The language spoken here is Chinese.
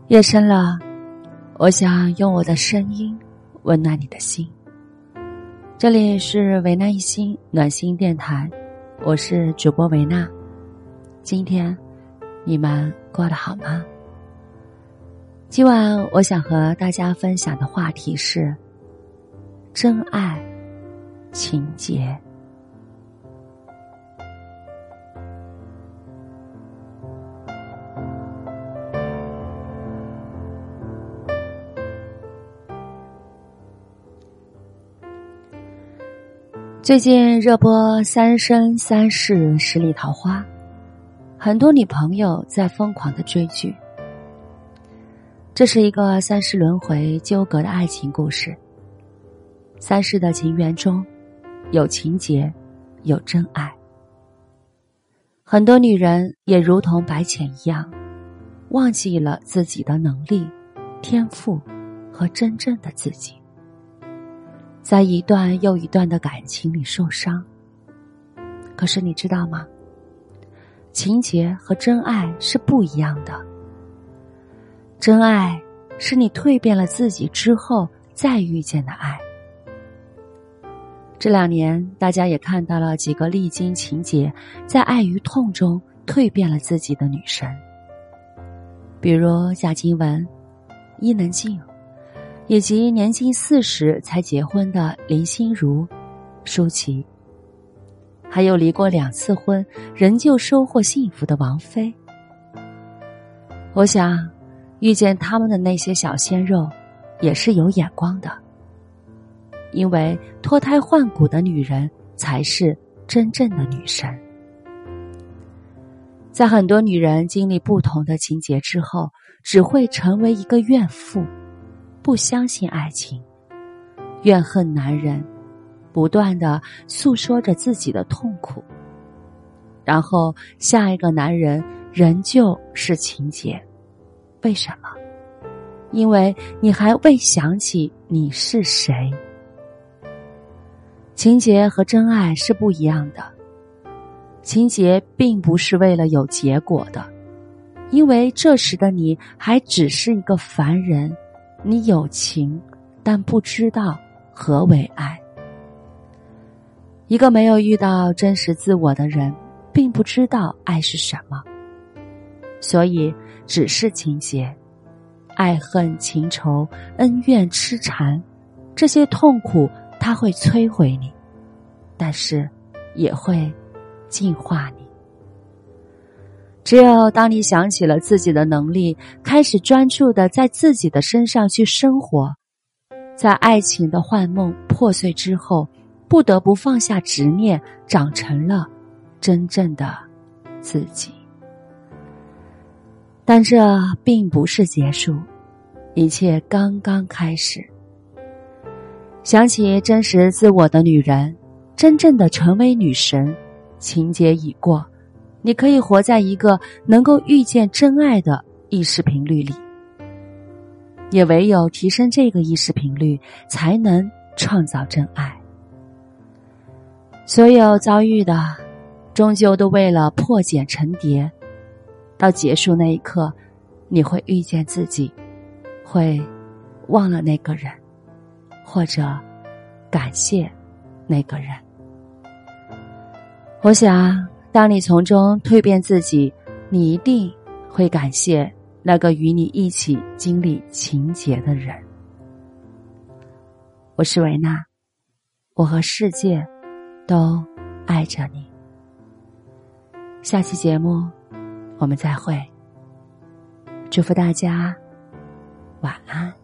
夜深了，我想用我的声音温暖你的心。这里是维纳一心暖心电台，我是主播维纳。今天你们过得好吗？今晚我想和大家分享的话题是真爱情结。最近热播《三生三世十里桃花》，很多女朋友在疯狂的追剧。这是一个三世轮回纠葛的爱情故事。三世的情缘中，有情结，有真爱。很多女人也如同白浅一样，忘记了自己的能力、天赋和真正的自己。在一段又一段的感情里受伤。可是你知道吗？情结和真爱是不一样的。真爱是你蜕变了自己之后再遇见的爱。这2年大家也看到了几个历经情结，在爱与痛中蜕变了自己的女神，比如贾静雯、伊能静，以及年近40才结婚的林心如、舒淇，还有离过2次婚仍旧收获幸福的王菲。我想遇见他们的那些小鲜肉也是有眼光的，因为脱胎换骨的女人才是真正的女神。在很多女人经历不同的情结之后，只会成为一个怨妇，不相信爱情，怨恨男人，不断地诉说着自己的痛苦，然后下一个男人仍旧是情结。为什么？因为你还未想起你是谁。情结和真爱是不一样的。情结并不是为了有结果的，因为这时的你还只是一个凡人，你有情，但不知道何为爱。一个没有遇到真实自我的人，并不知道爱是什么，所以只是情结，爱恨情仇、恩怨痴缠，这些痛苦它会摧毁你，但是也会净化你。只有当你想起了自己的能力，开始专注地在自己的身上去生活，在爱情的幻梦破碎之后，不得不放下执念，长成了真正的自己。但这并不是结束，一切刚刚开始。想起真实自我的女人，真正的成为女神，情结已过，你可以活在一个能够遇见真爱的意识频率里。也唯有提升这个意识频率，才能创造真爱。所有遭遇的，终究都为了破茧成蝶。到结束那一刻，你会遇见自己，会忘了那个人，或者感谢那个人。我想当你从中蜕变自己，你一定会感谢那个与你一起经历情结的人。我是维娜，我和世界都爱着你。下期节目我们再会，祝福大家晚安。